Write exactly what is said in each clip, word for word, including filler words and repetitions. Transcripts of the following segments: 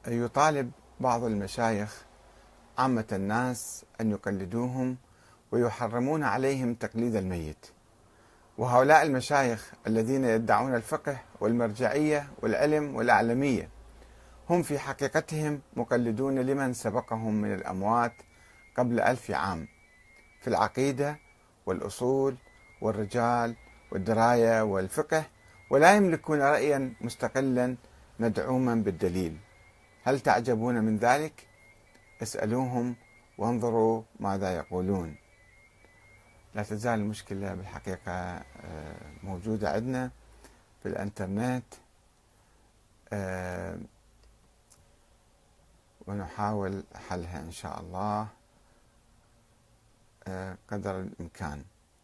يطالب بعض المشايخ عامة الناس أن يقلدوهم ويحرمون عليهم تقليد الميت. وهؤلاء المشايخ الذين يدعون الفقه والمرجعية والعلم والأعلمية هم في حقيقتهم مقلدون لمن سبقهم من الأموات قبل ألف عام في العقيدة والأصول والرجال والدراية والفقه، ولا يملكون رأيا مستقلا مدعوما بالدليل. هل تعجبون من ذلك؟ اسألوهم وانظروا ماذا يقولون. لا تزال المشكلة بالحقيقة موجودة عندنا في الانترنت، ونحاول حلها إن شاء الله قدر الإمكان.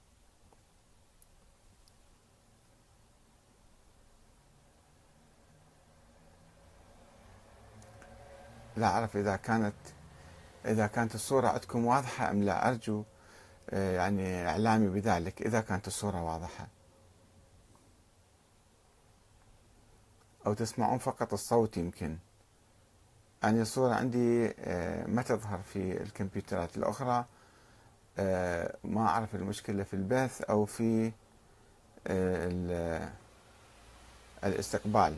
لا أعرف إذا كانت إذا كانت الصورة عندكم واضحة أم لا. أرجو يعني إعلامي بذلك إذا كانت الصورة واضحة، أو تسمعون فقط الصوت. يمكن يعني الصورة عندي ما تظهر في الكمبيوترات الأخرى. ما أعرف المشكلة في البث أو في الاستقبال.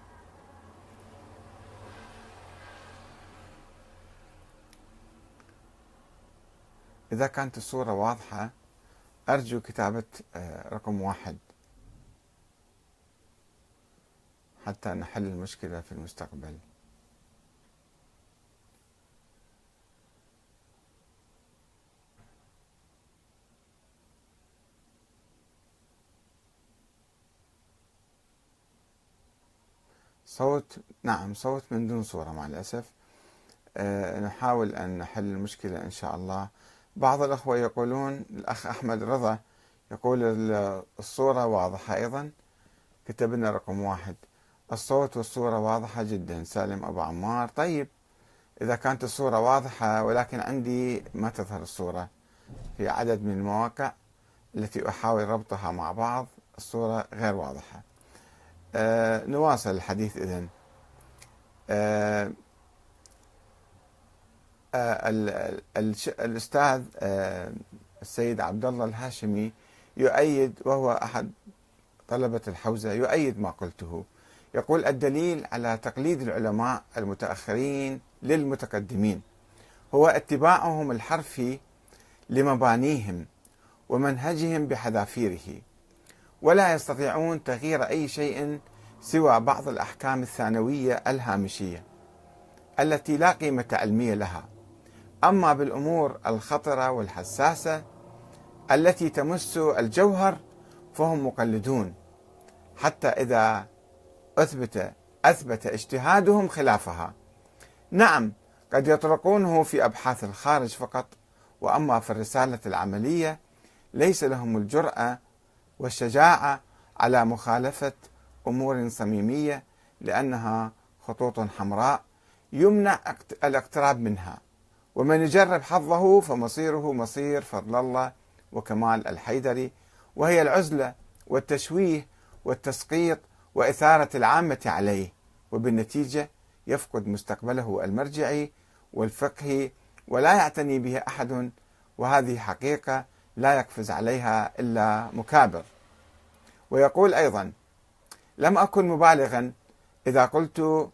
إذا كانت الصورة واضحة أرجو كتابة رقم واحد حتى نحل المشكلة في المستقبل. صوت، نعم صوت من دون صورة مع الأسف. أه نحاول أن نحل المشكلة إن شاء الله. بعض الأخوة يقولون، الأخ أحمد رضا يقول الصورة واضحة أيضا، كتب لنا رقم واحد. الصوت والصورة واضحة جدا. سالم أبو عمار، طيب إذا كانت الصورة واضحة ولكن عندي ما تظهر الصورة في عدد من المواقع التي أحاول ربطها مع بعض، الصورة غير واضحة. أه نواصل الحديث إذن. أه أه الأستاذ أه السيد عبد الله الهاشمي يؤيد، وهو أحد طلبة الحوزة، يؤيد ما قلته. يقول الدليل على تقليد العلماء المتأخرين للمتقدمين هو اتباعهم الحرفي لمبانيهم ومنهجهم بحذافيره، ولا يستطيعون تغيير أي شيء سوى بعض الأحكام الثانوية الهامشية التي لا قيمة علمية لها. أما بالأمور الخطرة والحساسة التي تمس الجوهر فهم مقلدون، حتى إذا أثبت أثبت اجتهادهم خلافها. نعم قد يطرقونه في أبحاث الخارج فقط، وأما في الرسالة العملية ليس لهم الجرأة والشجاعة على مخالفة أمور صميمية، لأنها خطوط حمراء يمنع الاقتراب منها، ومن يجرب حظه فمصيره مصير فضل الله وكمال الحيدري، وهي العزلة والتشويه والتسقيط وإثارة العامة عليه، وبالنتيجة يفقد مستقبله المرجعي والفقهي ولا يعتني به أحد، وهذه حقيقة لا يقفز عليها إلا مكابر. ويقول أيضا: لم أكن مبالغا إذا قلت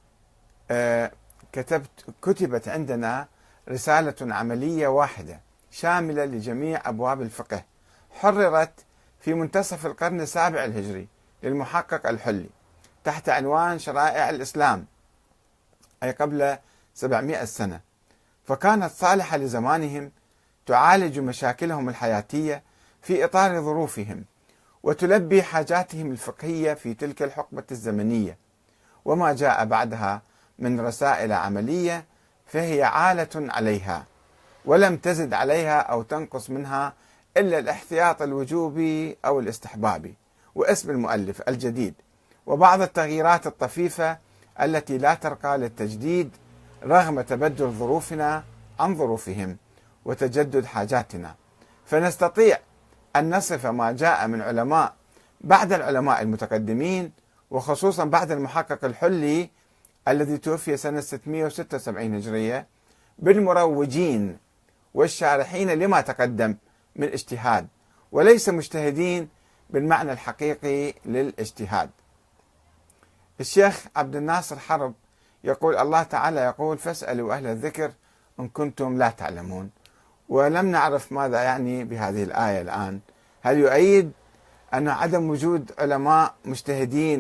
آه كتبت كتبت عندنا رسالة عملية واحدة شاملة لجميع أبواب الفقه، حررت في منتصف القرن السابع الهجري للمحقق الحلي تحت عنوان شرائع الإسلام، أي قبل سبعمائة سنة، فكانت صالحة لزمانهم، تعالج مشاكلهم الحياتية في إطار ظروفهم، وتلبي حاجاتهم الفقهية في تلك الحقبة الزمنية. وما جاء بعدها من رسائل عملية فهي عالة عليها، ولم تزد عليها أو تنقص منها إلا الاحتياط الوجوبي أو الاستحبابي واسم المؤلف الجديد، وبعض التغييرات الطفيفة التي لا ترقى للتجديد رغم تبدل ظروفنا عن ظروفهم وتجدد حاجاتنا. فنستطيع أن نصف ما جاء من علماء بعد العلماء المتقدمين، وخصوصا بعد المحقق الحلي، الذي توفي سنة ستمئة وستة وسبعين هجرية بالمروجين والشارحين لما تقدم من اجتهاد، وليس مجتهدين بالمعنى الحقيقي للاجتهاد. الشيخ عبد الناصر حرب يقول الله تعالى يقول فاسألوا أهل الذكر إن كنتم لا تعلمون، ولم نعرف ماذا يعني بهذه الآية الآن. هل يؤيد أن عدم وجود علماء مجتهدين